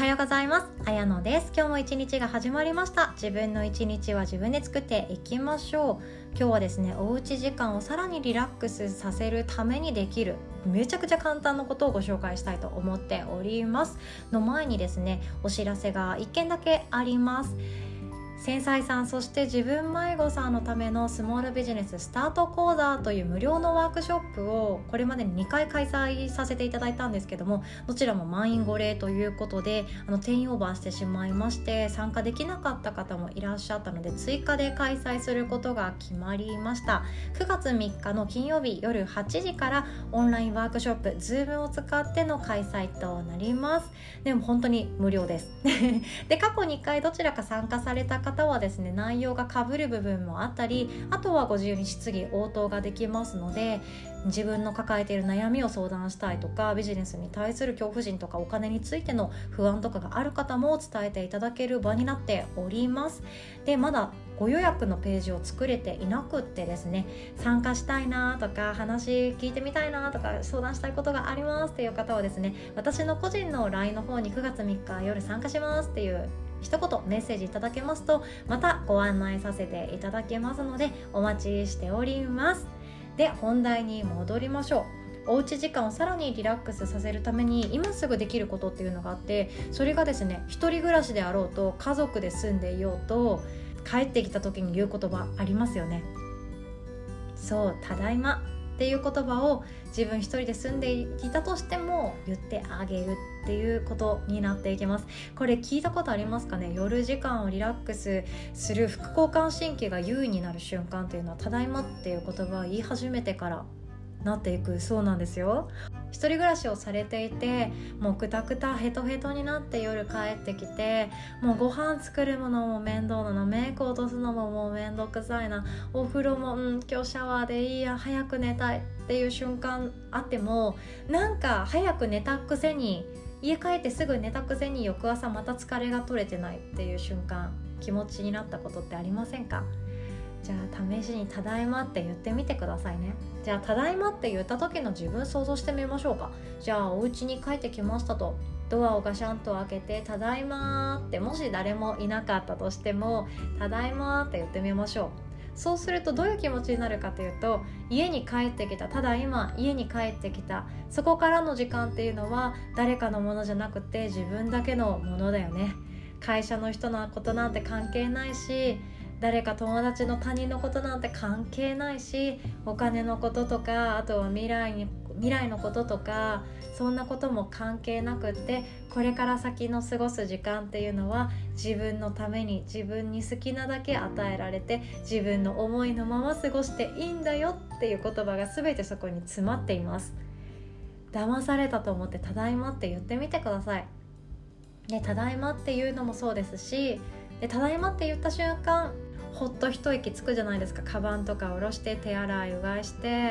はようございます。あやのです。今日も一日が始まりました。自分の一日は自分で作っていきましょう。今日はですね、おうち時間をさらにリラックスさせるためにできるめちゃくちゃ簡単なことをご紹介したいと思っておりますの前にですね、お知らせが1件だけあります。繊細さん、そして自分迷子さんのためのスモールビジネススタート講座という無料のワークショップをこれまでに2回開催させていただいたんですけども、どちらも満員御礼ということで定員オーバーしてしまいまして、参加できなかった方もいらっしゃったので追加で開催することが決まりました。9月3日の金曜日夜8時からオンラインワークショップ Zoom を使っての開催となります。でも本当に無料ですで、過去2回どちらか参加された方はですね、内容が被る部分もあったり、あとはご自由に質疑応答ができますので、自分の抱えている悩みを相談したいとか、ビジネスに対する恐怖心とかお金についての不安とかがある方も伝えていただける場になっております。で、まだご予約のページを作れていなくってですね、参加したいなとか話聞いてみたいなとか相談したいことがありますっていう方はですね、私の個人の LINE の方に9月3日夜参加しますっていう一言メッセージいただけますと、またご案内させていただきますのでお待ちしております。で、本題に戻りましょう。おうち時間をさらにリラックスさせるために今すぐできることっていうのがあって、それがですね、一人暮らしであろうと家族で住んでいようと帰ってきた時に言う言葉ありますよね。そう、ただいまっていう言葉を自分一人で住んでいたとしても言ってあげるっていうことになっていきます。これ聞いたことありますかね。夜時間をリラックスする副交感神経が優位になる瞬間っていうのはただいまっていう言葉を言い始めてからなっていくそうなんですよ。一人暮らしをされていて、もうくたくたヘトヘトになって夜帰ってきて、もうご飯作るのも面倒なの、メイク落とすのももうめんどくさいな、お風呂も今日シャワーでいいや、早く寝たいっていう瞬間あっても、なんか早く寝たくせに、家帰ってすぐ寝たくせに翌朝また疲れが取れてないっていう瞬間、気持ちになったことってありませんか？じゃあ試しにただいまって言ってみてくださいね。じゃあただいまって言った時の自分想像してみましょうか。じゃあお家に帰ってきましたと、ドアをガシャンと開けてただいまって、もし誰もいなかったとしてもただいまって言ってみましょう。そうするとどういう気持ちになるかというと、家に帰ってきた、ただ今家に帰ってきた、そこからの時間っていうのは誰かのものじゃなくて自分だけのものだよね。会社の人のことなんて関係ないし、誰か友達の他人のことなんて関係ないし、お金のこととか、あとは未来のこととか、そんなことも関係なくって、これから先の過ごす時間っていうのは自分のために、自分に好きなだけ与えられて、自分の思いのまま過ごしていいんだよっていう言葉が全てそこに詰まっています。騙されたと思ってただいまって言ってみてください。で、ただいまっていうのもそうですし、でただいまって言った瞬間、ほっと一息つくじゃないですか。カバンとか下ろして手洗いうがいして、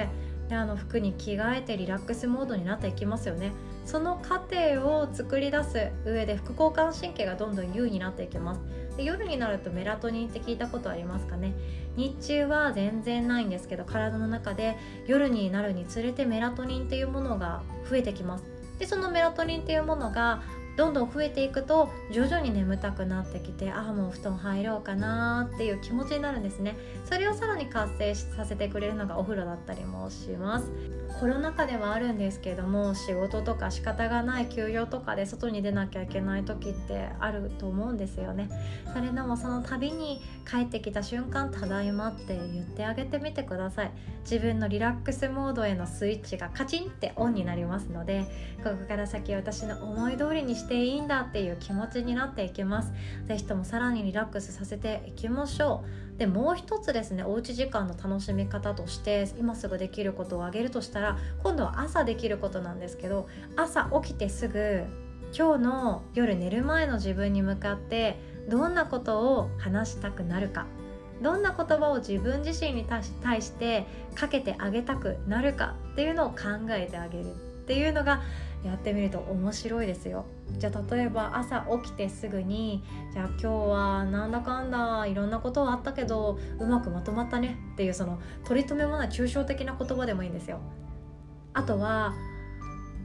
で服に着替えてリラックスモードになっていきますよね。その過程を作り出す上で副交感神経がどんどん優位になっていきます。で、夜になるとメラトニンって聞いたことありますかね。日中は全然ないんですけど、体の中で夜になるにつれてメラトニンっていうものが増えてきます。で、そのメラトニンっていうものがどんどん増えていくと徐々に眠たくなってきて、もう布団入ろうかなっていう気持ちになるんですね。それをさらに活性させてくれるのがお風呂だったりもします。コロナ禍ではあるんですけれども、仕事とか仕方がない休養とかで外に出なきゃいけない時ってあると思うんですよね。それでもその度に帰ってきた瞬間、ただいまって言ってあげてみてください。自分のリラックスモードへのスイッチがカチンってオンになりますので、ここから先私の思い通りにしていいんだっていう気持ちになっていきます。ぜひともさらにリラックスさせていきましょう。で、もう一つですね、おうち時間の楽しみ方として今すぐできることを挙げるとしたら、今度は朝できることなんですけど、朝起きてすぐ今日の夜寝る前の自分に向かってどんなことを話したくなるか、どんな言葉を自分自身に対してかけてあげたくなるかっていうのを考えてあげるっていうのがやってみると面白いですよ。じゃあ例えば朝起きてすぐに、じゃあ今日はなんだかんだいろんなことはあったけどうまくまとまったねっていう、その取り留めもない抽象的な言葉でもいいんですよ。あとは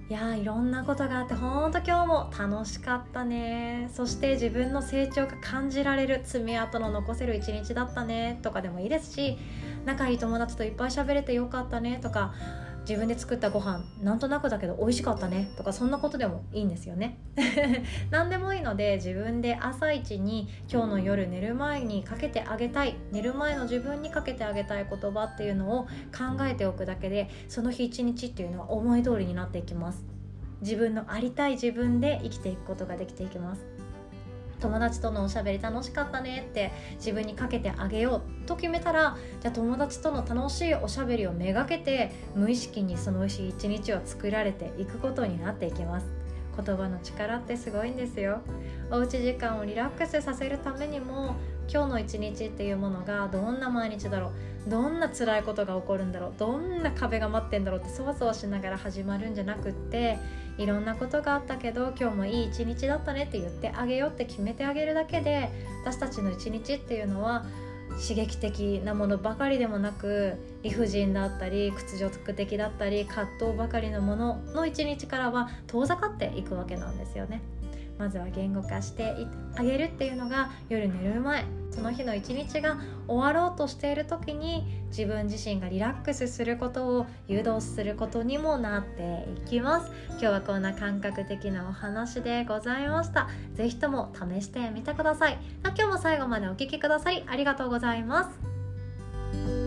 いやいろんなことがあってほんと今日も楽しかったね。そして自分の成長が感じられる爪痕の残せる一日だったねとかでもいいですし、仲いい友達といっぱい喋れてよかったねとか、自分で作ったご飯なんとなくだけど美味しかったねとか、そんなことでもいいんですよね何でもいいので、自分で朝一に今日の夜寝る前にかけてあげたい、寝る前の自分にかけてあげたい言葉っていうのを考えておくだけで、その日一日っていうのは思い通りになっていきます。自分のありたい自分で生きていくことができていきます。友達とのおしゃべり楽しかったねって自分にかけてあげようと決めたら、じゃあ友達との楽しいおしゃべりをめがけて無意識にその一日を作られていくことになっていきます。言葉の力ってすごいんですよ。おうち時間をリラックスさせるためにも、今日の一日っていうものがどんな毎日だろう、どんな辛いことが起こるんだろう、どんな壁が待ってんだろうってそわそわしながら始まるんじゃなくって、いろんなことがあったけど今日もいい一日だったねって言ってあげようって決めてあげるだけで、私たちの一日っていうのは刺激的なものばかりでもなく、理不尽だったり屈辱的だったり葛藤ばかりのものの一日からは遠ざかっていくわけなんですよね。まずは言語化してあげるっていうのが、夜寝る前、その日の一日が終わろうとしている時に自分自身がリラックスすることを誘導することにもなっていきます。今日はこんな感覚的なお話でございました。ぜひとも試してみてください。今日も最後までお聞きくださりありがとうございます。